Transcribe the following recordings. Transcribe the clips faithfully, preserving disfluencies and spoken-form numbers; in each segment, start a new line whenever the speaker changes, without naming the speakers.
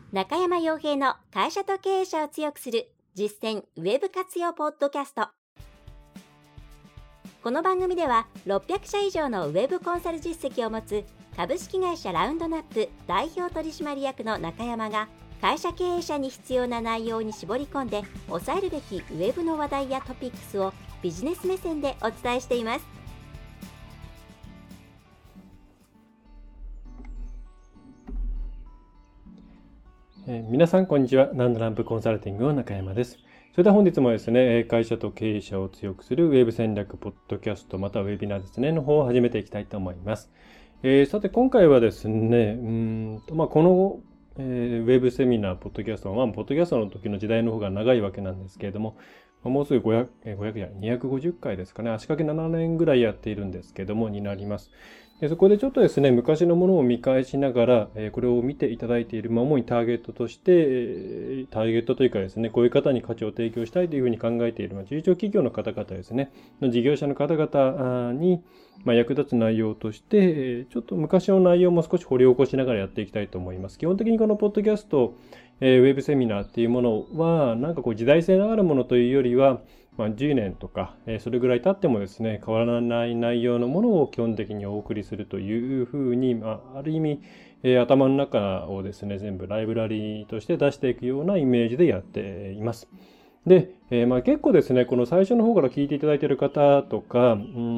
中山洋平の会社と経営者を強くする実践ウェブ活用ポッドキャスト。この番組ではろっぴゃくしゃ以上のウェブコンサル実績を持つ株式会社ラウンドナップ代表取締役の中山が会社経営者に必要な内容に絞り込んで押さえるべきウェブの話題やトピックスをビジネス目線でお伝えしています。
えー、皆さんこんにちは。ラウンドナップコンサルティングの中山です。それでは本日もですね、会社と経営者を強くするウェブ戦略ポッドキャストまたはウェビナーですねの方を始めていきたいと思います。えー、さて今回はですね、うーんとまあ、この、えー、ウェブセミナーポッドキャストは、まあ、ポッドキャストの時の時代の方が長いわけなんですけれども、もうすぐごひゃく、えー、ごひゃくやにひゃくごじゅっかいですかね、足掛けななねんぐらいやっているんですけどもになります。でそこでちょっとですね、昔のものを見返しながら、えー、これを見ていただいている、まあ、主にターゲットとして、えー、ターゲットというかですね、こういう方に価値を提供したいというふうに考えている、まあ、中小企業の方々ですね、の事業者の方々に、まあ、役立つ内容として、えー、ちょっと昔の内容も少し掘り起こしながらやっていきたいと思います。基本的にこのポッドキャスト、えー、ウェブセミナーっていうものは、なんかこう時代性のあるものというよりは、まあ、じゅうねんとか、えー、それぐらい経ってもですね、変わらない内容のものを基本的にお送りするというふうに、まあ、ある意味、えー、頭の中をですね、全部ライブラリーとして出していくようなイメージでやっています。で、えー、まあ結構ですね、この最初の方から聞いていただいている方とか、うん、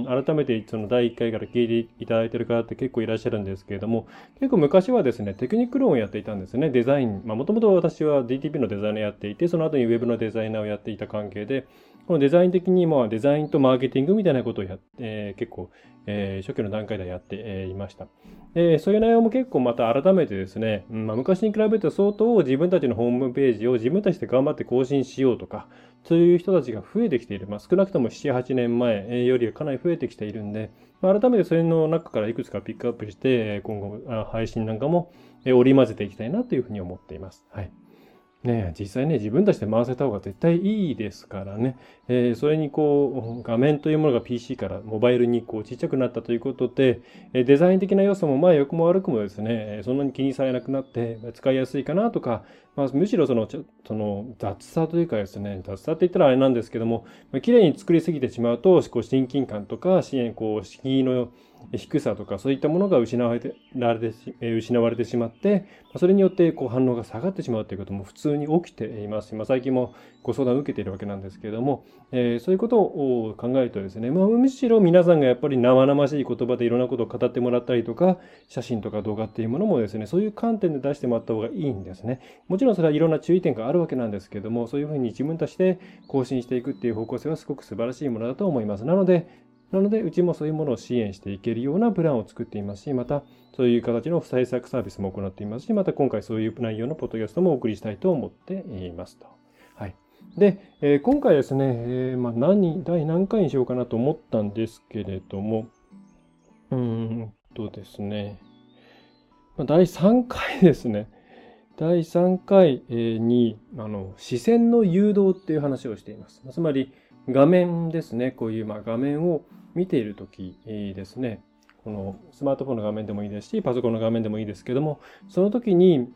改めてそのだいいっかいから聞いていただいている方って結構いらっしゃるんですけれども、結構昔はですね、テクニック論をやっていたんですね。デザイン。まあもともと私は ディーティーピー のデザイナーをやっていて、その後にウェブのデザイナーをやっていた関係で、このデザイン的にまあデザインとマーケティングみたいなことをやって、えー、結構、えー、初期の段階でやって、えー、いました。で、そういう内容も結構また改めてですね、まあ、昔に比べると相当自分たちのホームページを自分たちで頑張って更新しようとか、そういう人たちが増えてきている。まあ、少なくともなな、はちねんまえよりはかなり増えてきているんで、まあ、改めてそれの中からいくつかピックアップして、今後配信なんかも織り交ぜていきたいなというふうに思っています。はい。ね、実際ね、自分たちで回せた方が絶対いいですからね。えー、それにこう、画面というものが ピーシー からモバイルにこうちっちゃくなったということで、デザイン的な要素もまあ良くも悪くもですね、そんなに気にされなくなって使いやすいかなとか、まあ、むしろその、その雑さというかですね、雑さって言ったらあれなんですけども、まあ、綺麗に作りすぎてしまうと、こう親近感とか、支援、こう、敷居の低さとかそういったものが失われて、られて失われてしまって、それによってこう反応が下がってしまうということも普通に起きています。まあ、最近もご相談を受けているわけなんですけれども、えー、そういうことを考えるとですね、まあ、むしろ皆さんがやっぱり生々しい言葉でいろんなことを語ってもらったりとか、写真とか動画っていうものもですね、そういう観点で出してもらった方がいいんですね。もちろんそれはいろんな注意点があるわけなんですけれども、そういうふうに自分たちで更新していくっていう方向性はすごく素晴らしいものだと思います。なので、なので、うちもそういうものを支援していけるようなプランを作っていますし、また、そういう形の対策サービスも行っていますし、また今回そういう内容のポッドキャストもお送りしたいと思っていますと。はい。で、えー、今回ですね、えー、まあ何、第何回にしようかなと思ったんですけれども、うーんとですね、まあ、だいさんかいですね。だいさんかいに、あの、視線の誘導っていう話をしています。つまり、画面ですね。こういう、まあ、画面を見ているときですね。このスマートフォンの画面でもいいですし、パソコンの画面でもいいですけども、その時に、うん、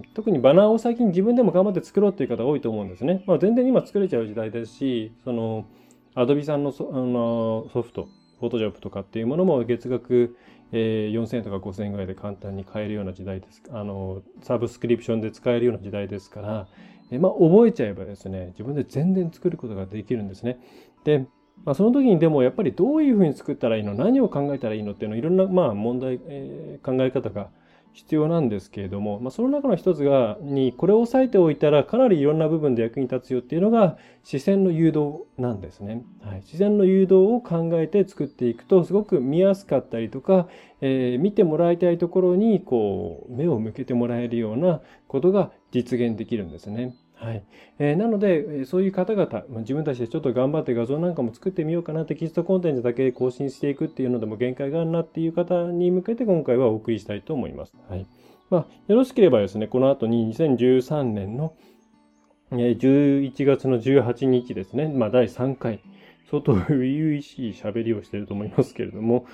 特にバナーを最近自分でも頑張って作ろうっていう方多いと思うんですね。まあ、全然今作れちゃう時代ですし、その、Adobe さんのソあのソフト、Photoshop とかっていうものも月額えー、よんせんえんとかごせんえんぐらいで簡単に買えるような時代です。あの、サブスクリプションで使えるような時代ですから、えー、まあ、覚えちゃえばですね、自分で全然作ることができるんですね。で、まあ、その時にでもやっぱりどういうふうに作ったらいいの、何を考えたらいいのっていうのいろんな、まあ、問題、えー、考え方が必要なんですけれども、まあ、その中の一つが、に、これを押さえておいたらかなりいろんな部分で役に立つよっていうのが、視線の誘導なんですね。はい、視線の誘導を考えて作っていくと、すごく見やすかったりとか、えー、見てもらいたいところに、こう、目を向けてもらえるようなことが実現できるんですね。はい。えー、なので、そういう方々、自分たちでちょっと頑張って画像なんかも作ってみようかな、テキストコンテンツだけ更新していくっていうのでも限界があるなっていう方に向けて今回はお送りしたいと思います。はい。まあ、よろしければですね、この後ににせんじゅうさんねんのじゅういちがつのじゅうはちにちですね、まあだいさんかい、相当初々しい喋りをしていると思いますけれども、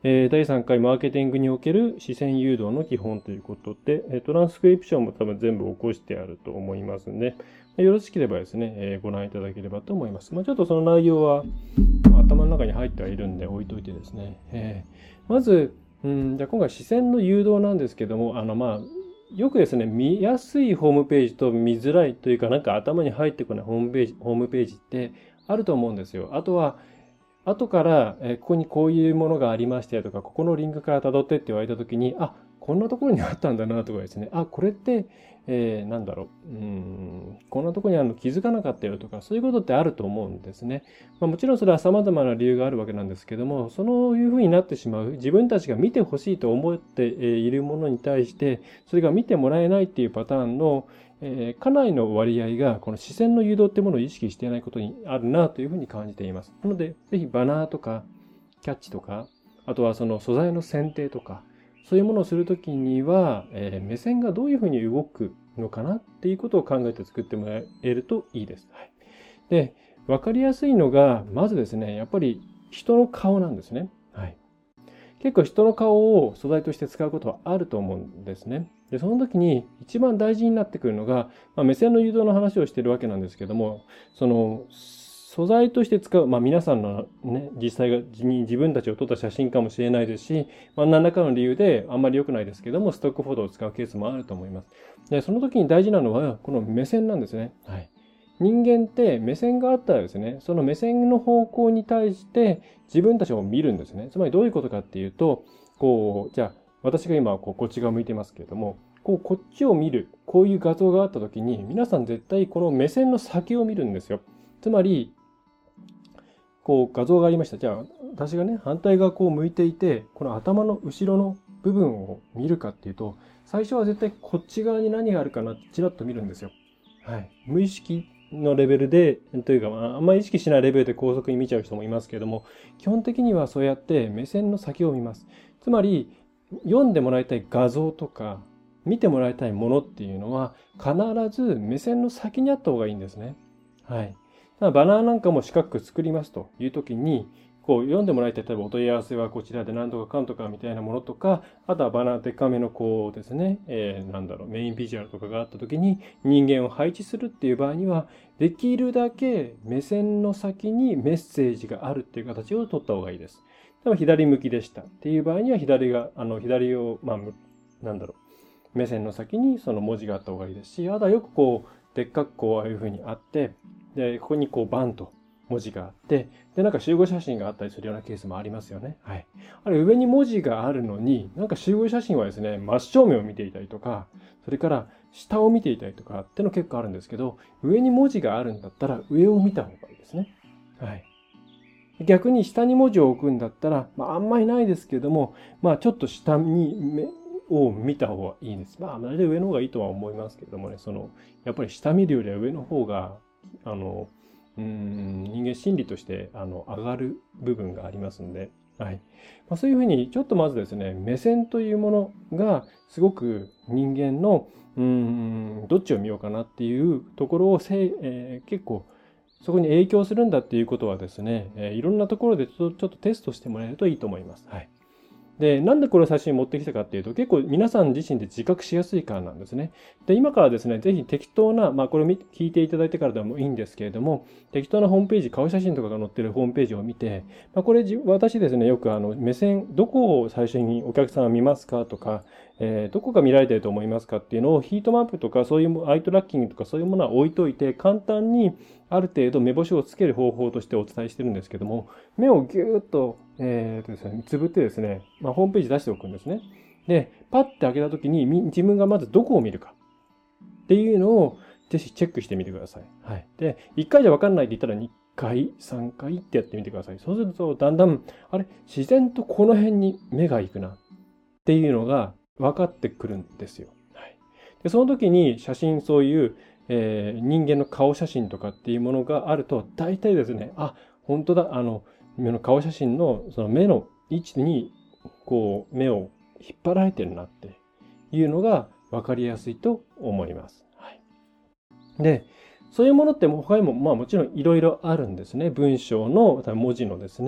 えー、だいさんかいマーケティングにおける視線誘導の基本ということで、トランスクリプションも多分全部起こしてあると思いますので、よろしければですね、えー、ご覧いただければと思います。まあ、ちょっとその内容は頭の中に入ってはいるんで置いといてですね、えー、まず、うん、じゃあ今回視線の誘導なんですけども、あのまあよくですね、見やすいホームページと見づらいというか、なんか頭に入ってこないホームページ、ホームページってあると思うんですよ。あとは、後から、えここにこういうものがありましたよとか、ここのリンクから辿ってって言われたときに、あ、こんなところにあったんだなとかですね、あ、これって、えー、なんだろう、うーん、こんなところにあるの気づかなかったよとか、そういうことってあると思うんですね。まあ、もちろんそれは様々な理由があるわけなんですけども、そういうふうになってしまう、自分たちが見てほしいと思っているものに対して、それが見てもらえないっていうパターンの、えー、かなりの割合がこの視線の誘導ってものを意識していないことにあるなというふうに感じています。なので、ぜひバナーとかキャッチとか、あとはその素材の選定とか、そういうものをするときには、えー、目線がどういうふうに動くのかなっていうことを考えて作ってもらえるといいです。はい、で、わかりやすいのが、まずですね、やっぱり人の顔なんですね。はい。結構人の顔を素材として使うことはあると思うんですね。で、その時に一番大事になってくるのが、まあ、目線の誘導の話をしているわけなんですけども、その素材として使う、まあ皆さんのね、実際が自分たちを撮った写真かもしれないですし、まあ何らかの理由であんまり良くないですけども、ストックフォトを使うケースもあると思います。で、その時に大事なのは、この目線なんですね。はい。人間って目線があったらですね、その目線の方向に対して自分たちを見るんですね。つまりどういうことかっていうと、こう、じゃあ私が今こうこっち側向いてますけれども、こうこっちを見る、こういう画像があった時に、皆さん絶対この目線の先を見るんですよ。つまり、こう画像がありました。じゃあ私がね、反対側こう向いていて、この頭の後ろの部分を見るかっていうと、最初は絶対こっち側に何があるかなってちらっと見るんですよ。はい。無意識のレベルで、というか、あんまり意識しないレベルで高速に見ちゃう人もいますけれども、基本的にはそうやって目線の先を見ます。つまり、読んでもらいたい画像とか、見てもらいたいものっていうのは、必ず目線の先にあった方がいいんですね。はい。バナーなんかも四角く作りますという時に、こう読んでもらいたい、例えばお問い合わせはこちらで何とかかんとかみたいなものとか、あとはバナーでかめのこうですね、えー、なんだろう、メインビジュアルとかがあった時に人間を配置するっていう場合には、できるだけ目線の先にメッセージがあるっていう形を取った方がいいです。でも左向きでしたっていう場合には、左が、あの、左を、まあ、なんだろう、目線の先にその文字があった方がいいですし、あとはよくこう、でっかくこう、ああいう風にあって、で、ここにこうバンと文字があって、で、なんか集合写真があったりするようなケースもありますよね。はい。あれ、上に文字があるのに、なんか集合写真はですね、真正面を見ていたりとか、それから下を見ていたりとかっての結構あるんですけど、上に文字があるんだったら上を見た方がいいですね。はい。逆に下に文字を置くんだったら、まあ、あんまりないですけれども、まあ、ちょっと下に目を見た方がいいです。まあ、大体上の方がいいとは思いますけれどもね、その、やっぱり下見るよりは上の方が、あの、うーん、人間心理としてあの上がる部分がありますので、はい。まあ、そういうふうに、ちょっとまずですね、目線というものがすごく人間の、うーん、どっちを見ようかなっていうところをせ、えー、結構、そこに影響するんだっていうことはですね、えー、いろんなところでちょっと、ちょっとテストしてもらえるといいと思います。はい。で、なんでこれを最初に持ってきたかっていうと、結構皆さん自身で自覚しやすいからなんですね。で、今からですね、ぜひ適当な、まあこれを聞いていただいてからでもいいんですけれども、適当なホームページ、顔写真とかが載ってるホームページを見て、まあこれ私ですね、よくあの目線、どこを最初にお客さんは見ますかとか、えー、どこが見られていると思いますかっていうのをヒートマップとかそういうアイトラッキングとかそういうものは置いといて、簡単にある程度目星をつける方法としてお伝えしてるんですけども、目をぎゅーっと、えーとですね、つぶってですね、まあ、ホームページ出しておくんですね。で、パッて開けたときに自分がまずどこを見るかっていうのをぜひチェックしてみてください。はい。で、いっかいじゃわかんないって言ったらにかい、さんかいってやってみてください。そうするとだんだん、あれ、自然とこの辺に目が行くなっていうのが分かってくるんですよ。はい。で、その時に写真、そういう、えー、人間の顔写真とかっていうものがあると、大体ですね、あ、本当だ、あの、目の顔写真のその目の位置に、こう、目を引っ張られてるなっていうのが分かりやすいと思います。はい。で、そういうものって他にも、まあもちろんいろいろあるんですね。文章の文字のですね、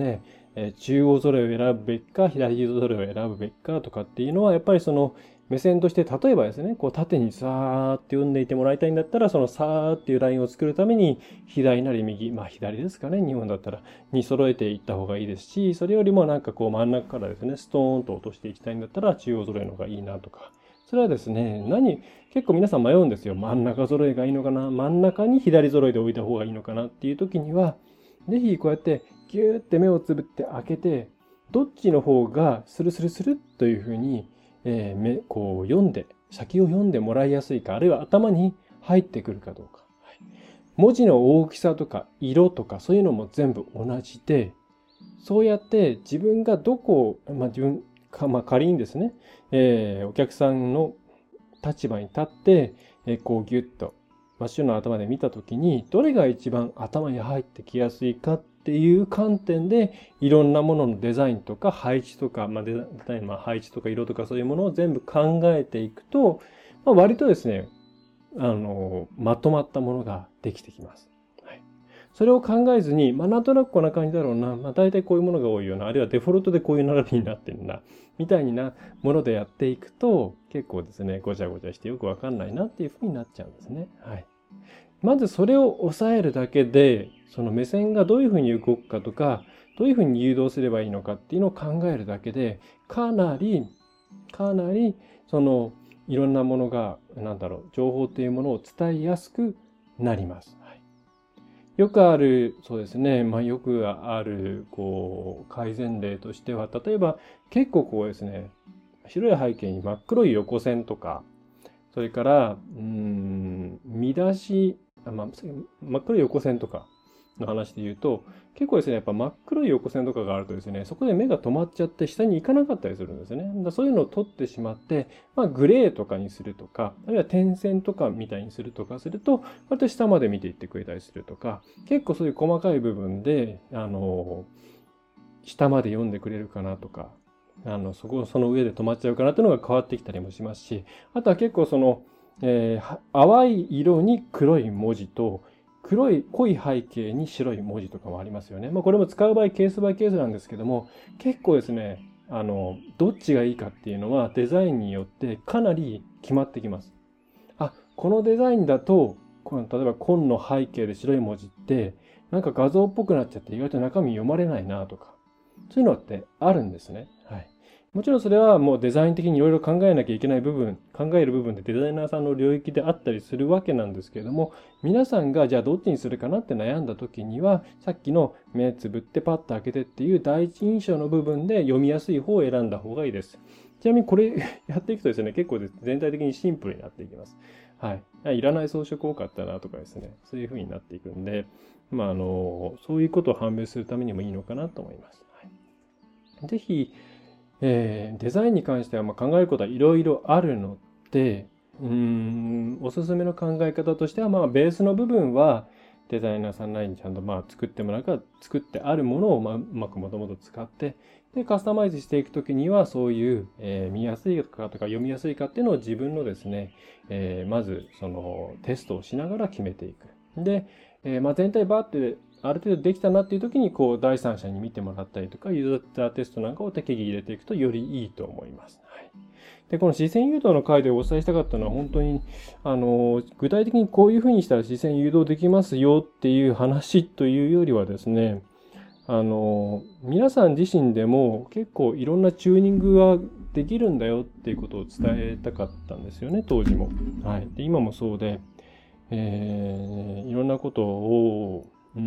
えー、中央揃えを選ぶべきか、左揃えを選ぶべきかとかっていうのは、やっぱりその目線として、例えばですね、こう縦にさーって読んでいてもらいたいんだったら、そのさーっていうラインを作るために、左なり右、まあ左ですかね、日本だったら、に揃えていった方がいいですし、それよりもなんかこう真ん中からですね、ストーンと落としていきたいんだったら、中央揃えの方がいいなとか。それはですね、何、結構皆さん迷うんですよ。真ん中揃えがいいのかな、真ん中に左揃えで置いた方がいいのかなっていう時には、ぜひこうやってギューって目をつぶって開けて、どっちの方がスルスルスルというふうに、えー、目こう読んで、先を読んでもらいやすいか、あるいは頭に入ってくるかどうか。はい、文字の大きさとか色とかそういうのも全部同じで、そうやって自分がどこを、まあ自分か、まあ仮にですね、えー、お客さんの立場に立って、えー、こうギュッと真っ白な頭で見たときに、どれが一番頭に入ってきやすいかっていう観点で、いろんなもののデザインとか配置とか、まあ、デザイン、まあ、配置とか色とかそういうものを全部考えていくと、まあ、割とですね、あの、まとまったものができてきます。はい、それを考えずに、まあ、なんとなくこんな感じだろうな、まあ、大体こういうものが多いような、あるいはデフォルトでこういう並びになってるな、みたいなものでやっていくと、結構ですね、ごちゃごちゃしてよくわかんないなっていうふうになっちゃうんですね。はい。まずそれを抑えるだけで、その目線がどういうふうに動くかとか、どういうふうに誘導すればいいのかっていうのを考えるだけで、かなり、かなり、その、いろんなものが、なんだろう、情報っていうものを伝えやすくなります。はい、よくある、そうですね、まあよくある、こう、改善例としては、例えば、結構こうですね、白い背景に真っ黒い横線とか、それから、うーん、見出し、あまあ、真っ黒い横線とかの話で言うと、結構ですね、やっぱ真っ黒い横線とかがあるとですね、そこで目が止まっちゃって下に行かなかったりするんですよね。だそういうのを取ってしまって、まあ、グレーとかにするとか、あるいは点線とかみたいにするとかすると、割と下まで見ていってくれたりするとか、結構そういう細かい部分で、あの、下まで読んでくれるかなとか、あの、そこ、その上で止まっちゃうかなっていうのが変わってきたりもしますし、あとは結構その、えー、淡い色に黒い文字と、黒い濃い背景に白い文字とかもありますよね。まあこれも使う場合ケースバイケースなんですけども、結構ですね、あの、どっちがいいかっていうのはデザインによってかなり決まってきます。あ、このデザインだと、この例えば紺の背景で白い文字って、なんか画像っぽくなっちゃって意外と中身読まれないなとか、そういうのってあるんですね。はい。もちろんそれはもうデザイン的にいろいろ考えなきゃいけない部分、考える部分でデザイナーさんの領域であったりするわけなんですけれども、皆さんがじゃあどっちにするかなって悩んだ時には、さっきの目つぶってパッと開けてっていう第一印象の部分で読みやすい方を選んだ方がいいです。ちなみにこれやっていくとですね、結構全体的にシンプルになっていきます。はい。いらない装飾多かったなとかですね、そういう風になっていくんで、まああの、そういうことを判別するためにもいいのかなと思います。はい、ぜひ、えー、デザインに関してはまあ考えることはいろいろあるので、うーん、おすすめの考え方としては、まあ、ベースの部分はデザイナーさんなりにちゃんとまあ作ってもらうから、作ってあるものをまあうまくもともと使って、で、カスタマイズしていくときには、そういう、えー、見やすいかとか読みやすいかっていうのを自分のですね、えー、まずそのテストをしながら決めていく。で、えー、まあ全体バーってある程度できたなっていう時に、こう、第三者に見てもらったりとか、ユーザーテストなんかを適宜入れていくとよりいいと思います。はい。で、この視線誘導の回でお伝えしたかったのは、本当に、あの、具体的にこういうふうにしたら視線誘導できますよっていう話というよりはですね、あの、皆さん自身でも結構いろんなチューニングができるんだよっていうことを伝えたかったんですよね、当時も。はい。で、今もそうで、えー、いろんなことを、うん、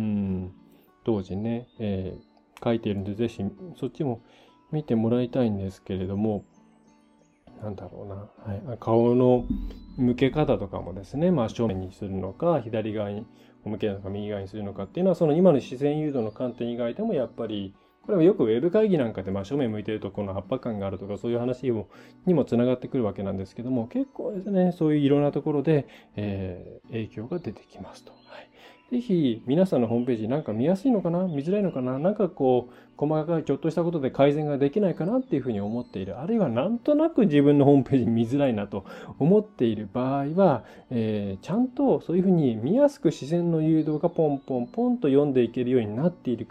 当時ね、えー、書いているので、ぜひそっちも見てもらいたいんですけれども、なんだろうな、はい、顔の向け方とかもですね、まあ正面にするのか、左側に向けるのか、右側にするのかっていうのは、その今の視線誘導の観点以外でもやっぱり、これはよくウェブ会議なんかで真正面向いてるとこの圧迫感があるとかそういう話にもにもつながってくるわけなんですけども、結構ですね、そういういろんなところで、えー、影響が出てきますと。はい、ぜひ皆さんのホームページなんか見やすいのかな、見づらいのかな、なんかこう細かいちょっとしたことで改善ができないかなっていうふうに思っている、あるいはなんとなく自分のホームページ見づらいなと思っている場合は、えー、ちゃんとそういうふうに見やすく視線の誘導がポンポンポンと読んでいけるようになっているか、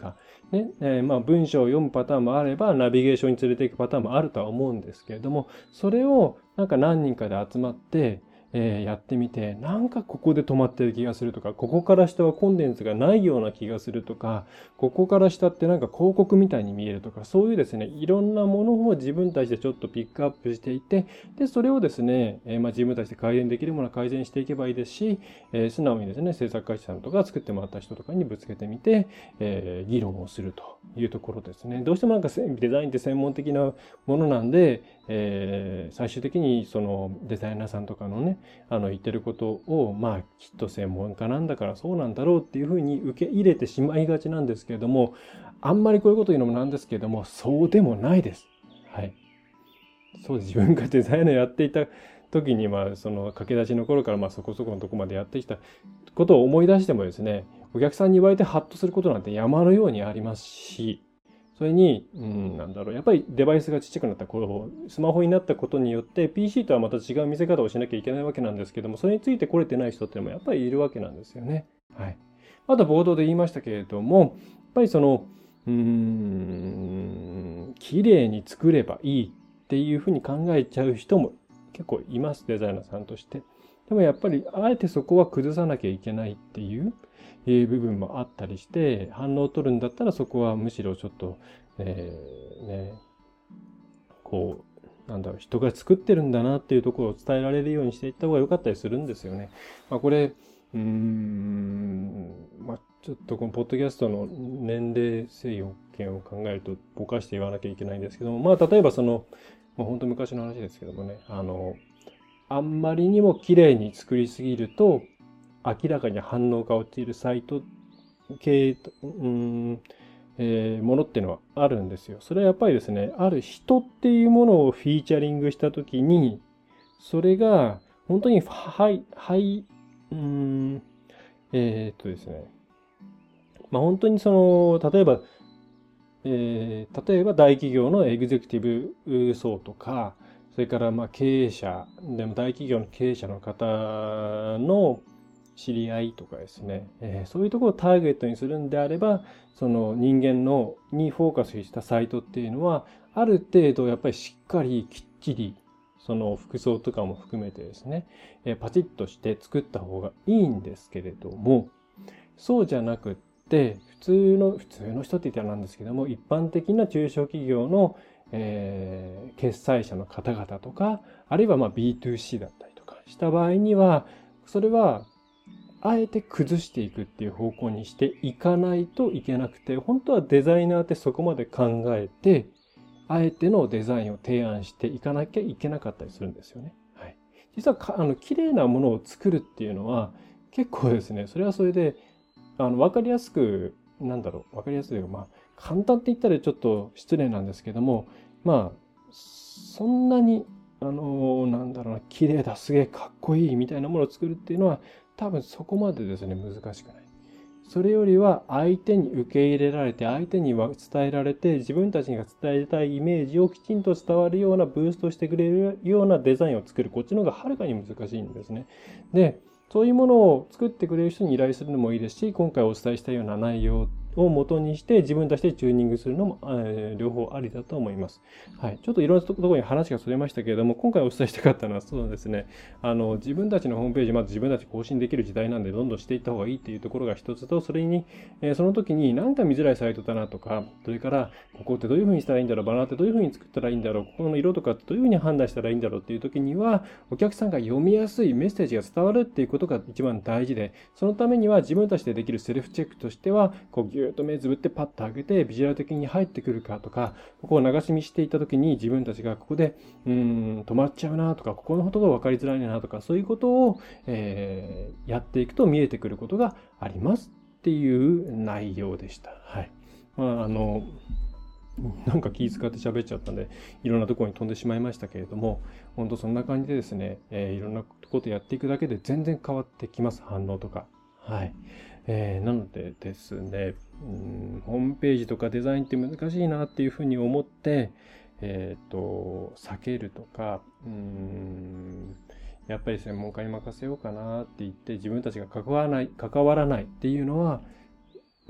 ね、えーまあ文章を読むパターンもあれば、ナビゲーションに連れていくパターンもあるとは思うんですけれども、それをなんか何人かで集まって、えーやってみて、なんかここで止まってる気がするとか、ここから下はコンテンツがないような気がするとか、ここから下ってなんか広告みたいに見えるとか、そういうですね、いろんなものを自分たちでちょっとピックアップしていて、で、それをですね、えーまあ自分たちで改善できるものは改善していけばいいですし、えー素直にですね、制作会社さんとか作ってもらった人とかにぶつけてみて、えー議論をするというところですね。どうしてもなんかデザインって専門的なものなんで、えー最終的にそのデザイナーさんとかのね、あの言ってることを、まあきっと専門家なんだからそうなんだろうっていうふうに受け入れてしまいがちなんですけれども、あんまりこういうこと言うのもなんですけれども、そうでもないです。はい。そうです。自分がデザイナーやっていた時に、まあその駆け出しの頃からまあそこそこのとこまでやってきたことを思い出してもですね、お客さんに言われてハッとすることなんて山のようにありますし、それに、うん、なんだろう、やっぱりデバイスがちっちゃくなった頃、スマホになったことによって ピーシー とはまた違う見せ方をしなきゃいけないわけなんですけども、それについて来れてない人っていうのもやっぱりいるわけなんですよね。はい。あと冒頭で言いましたけれども、やっぱりその、うーん、綺麗に作ればいいっていうふうに考えちゃう人も結構います、デザイナーさんとして。でもやっぱり、あえてそこは崩さなきゃいけないっていう部分もあったりして、反応を取るんだったらそこはむしろちょっと、えー、ね、こう、なんだろう、人が作ってるんだなっていうところを伝えられるようにしていった方が良かったりするんですよね。まあこれ、うーん、まあちょっとこのポッドキャストの年齢制限を考えるとぼかして言わなきゃいけないんですけども、まあ例えばその、まあ本当昔の話ですけどもね、あの、あんまりにも綺麗に作りすぎると、明らかに反応が落ちるサイト系、うん、えーものっていうのはあるんですよ。それはやっぱりですね、ある人っていうものをフィーチャリングしたときに、それが本当にハイ、ハイ、うーん、えーっとですね、まあ本当にその、例えば、えー例えば大企業のエグゼクティブ層とか、それからまあ経営者、でも大企業の経営者の方の知り合いとかですね、えーそういうところをターゲットにするんであれば、その人間のにフォーカスしたサイトっていうのは、ある程度やっぱりしっかりきっちり、その服装とかも含めてですね、えーパチッとして作った方がいいんですけれども、そうじゃなくって、普通の、普通の人って言ったらなんですけども、一般的な中小企業の、えー決済者の方々とか、あるいはまあ ビーツーシー だったりとかした場合には、それはあえて崩していくっていう方向にしていかないといけなくて、本当はデザイナーってそこまで考えて、あえてのデザインを提案していかなきゃいけなかったりするんですよね。はい。実はか、あの、綺麗なものを作るっていうのは、結構ですね、それはそれで、あの、わかりやすく、なんだろう、わかりやすいというか、まあ、簡単って言ったらちょっと失礼なんですけども、まあ、そんなに、あの、なんだろうな、綺麗だ、すげえかっこいいみたいなものを作るっていうのは、多分そこまでですね、難しくない。それよりは相手に受け入れられて、相手には伝えられて、自分たちが伝えたいイメージをきちんと伝わるような、ブーストしてくれるようなデザインを作る。こっちの方がはるかに難しいんですね。で、そういうものを作ってくれる人に依頼するのもいいですし、今回お伝えしたような内容を元にして自分たちでチューニングするのも、えー両方ありだと思います。はい。ちょっといろんなところに話がそれましたけれども、今回お伝えしたかったのはそうですね、あの、自分たちのホームページ、まず自分たち更新できる時代なんで、どんどんしていった方がいいっていうところが一つと、それに、えーその時になんか見づらいサイトだなとか、それから、ここってどういう風にしたらいいんだろう、バナーってどういう風に作ったらいいんだろう、ここの色とかってどういう風に判断したらいいんだろうっていう時には、お客さんが読みやすいメッセージが伝わるっていうことが一番大事で、そのためには自分たちでできるセルフチェックとしては、こうギューッと目つぶってパッと開けて、ビジュアル的に入ってくるかとか、ここを流し見していった時に自分たちがここで、うーん、止まっちゃうなとか、ここのことが分かりづらいなとか、そういうことを、えーやっていくと見えてくることがありますっていう内容でした。はい。まあ、あの、なんか気遣って喋っちゃったんで、いろんなところに飛んでしまいましたけれども、本当そんな感じでですね、えーいろんなことやっていくだけで全然変わってきます、反応とか。はい。えーなのでですね、うんホームページとかデザインって難しいなっていうふうに思って、えっと、避けるとか、うーん、やっぱり専門家に任せようかなって言って自分たちが関わらない、関わらないっていうのは、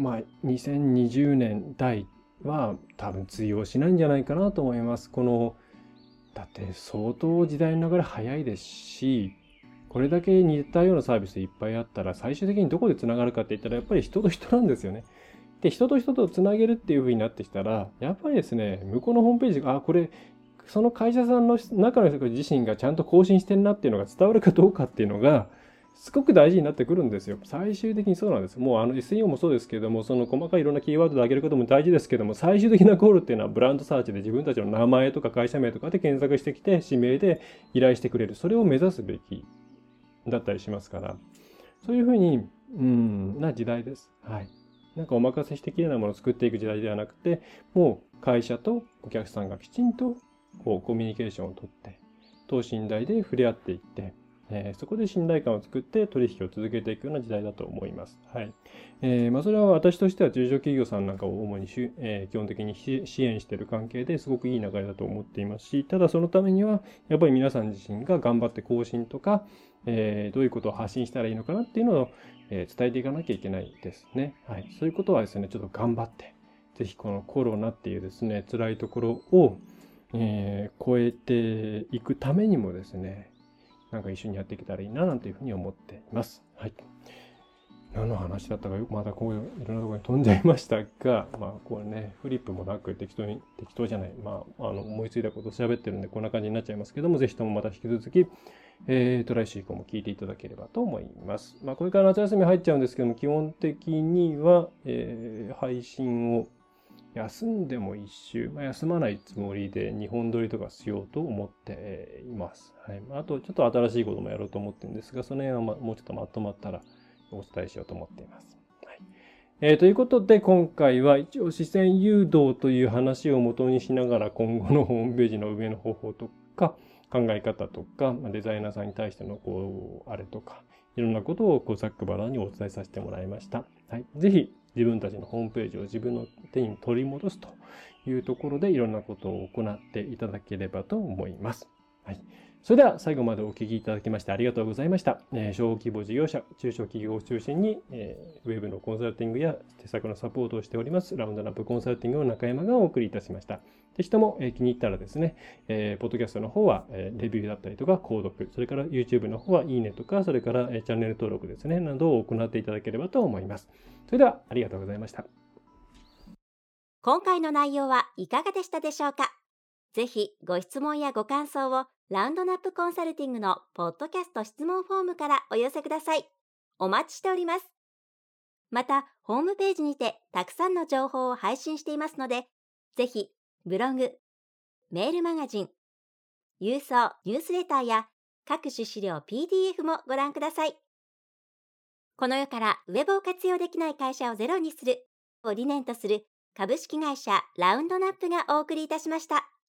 まあ、にせんにじゅうねん代は多分通用しないんじゃないかなと思います。この、だって相当時代の流れ早いですし、これだけ似たようなサービスいっぱいあったら、最終的にどこでつながるかって言ったら、やっぱり人と人なんですよね。で、人と人とつなげるっていう風になってきたら、やっぱりですね、向こうのホームページが、あ、これ、その会社さんの中の人自身がちゃんと更新してるなっていうのが伝わるかどうかっていうのが、すごく大事になってくるんですよ。最終的にそうなんです。もうあの エスイーオー もそうですけども、その細かいいろんなキーワードで上げることも大事ですけども、最終的なゴールっていうのはブランドサーチで自分たちの名前とか会社名とかで検索してきて、指名で依頼してくれる。それを目指すべきだったりしますから、そういうふうに、うん、な時代です。はい。なんかお任せしてきれいなものを作っていく時代ではなくて、もう会社とお客さんがきちんとこうコミュニケーションをとって、等身大で触れ合っていって、えー、そこで信頼感を作って取引を続けていくような時代だと思います。はい。えー、まあそれは私としては中小企業さんなんかを主にし、えー、基本的に支援している関係ですごくいい流れだと思っていますし、ただそのためにはやっぱり皆さん自身が頑張って更新とか、えー、どういうことを発信したらいいのかなっていうのを、えー、伝えていかなきゃいけないですね。はい。そういうことはですね、ちょっと頑張って、ぜひこのコロナっていうですね、辛いところを、えー、超えていくためにもですね、なんか一緒にやっていけたらいいななんていうふうに思っています。はい。何の話だったかよくまたこういういろんなところに飛んじゃいましたが、まあこれね、フリップもなく適当に、適当じゃない、まあ、あの思いついたことを喋ってるんでこんな感じになっちゃいますけども、ぜひともまた引き続き、えーと、来週以降も聞いていただければと思います。まあこれから夏休み入っちゃうんですけども、基本的には、えー、配信を休んでも一週、まあ、休まないつもりでにほん撮りとかしようと思っています。はい。あと、ちょっと新しいこともやろうと思ってるんですが、その辺はもうちょっとまとまったらお伝えしようと思っています。はい。えー、ということで、今回は一応視線誘導という話を元にしながら、今後のホームページの運営の方法とか、考え方とか、デザイナーさんに対してのこう、あれとか、いろんなことをこうざっくばらんにお伝えさせてもらいました。はい。ぜひ、自分たちのホームページを自分の手に取り戻すというところでいろんなことを行っていただければと思います。はい。それでは最後までお聞きいただきましてありがとうございました。えー、小規模事業者、中小企業を中心に、えー、ウェブのコンサルティングや施策のサポートをしております、ラウンドナップコンサルティングの中山がお送りいたしました。ぜひとも、えー、気に入ったらですね、えー、ポッドキャストの方は、えー、レビューだったりとか、購読、それから YouTube の方はいいねとか、それから、えー、チャンネル登録ですね、などを行っていただければと思います。それではありがとうございました。
今回の内容はいかがでしたでしょうか。ぜひご質問やご感想をラウンドナップコンサルティングのポッドキャスト質問フォームからお寄せください。お待ちしております。また、ホームページにてたくさんの情報を配信していますので、ぜひブログ、メールマガジン、郵送ニュースレターや各種資料 ピーディーエフ もご覧ください。この世からウェブを活用できない会社をゼロにするを理念とする株式会社ラウンドナップがお送りいたしました。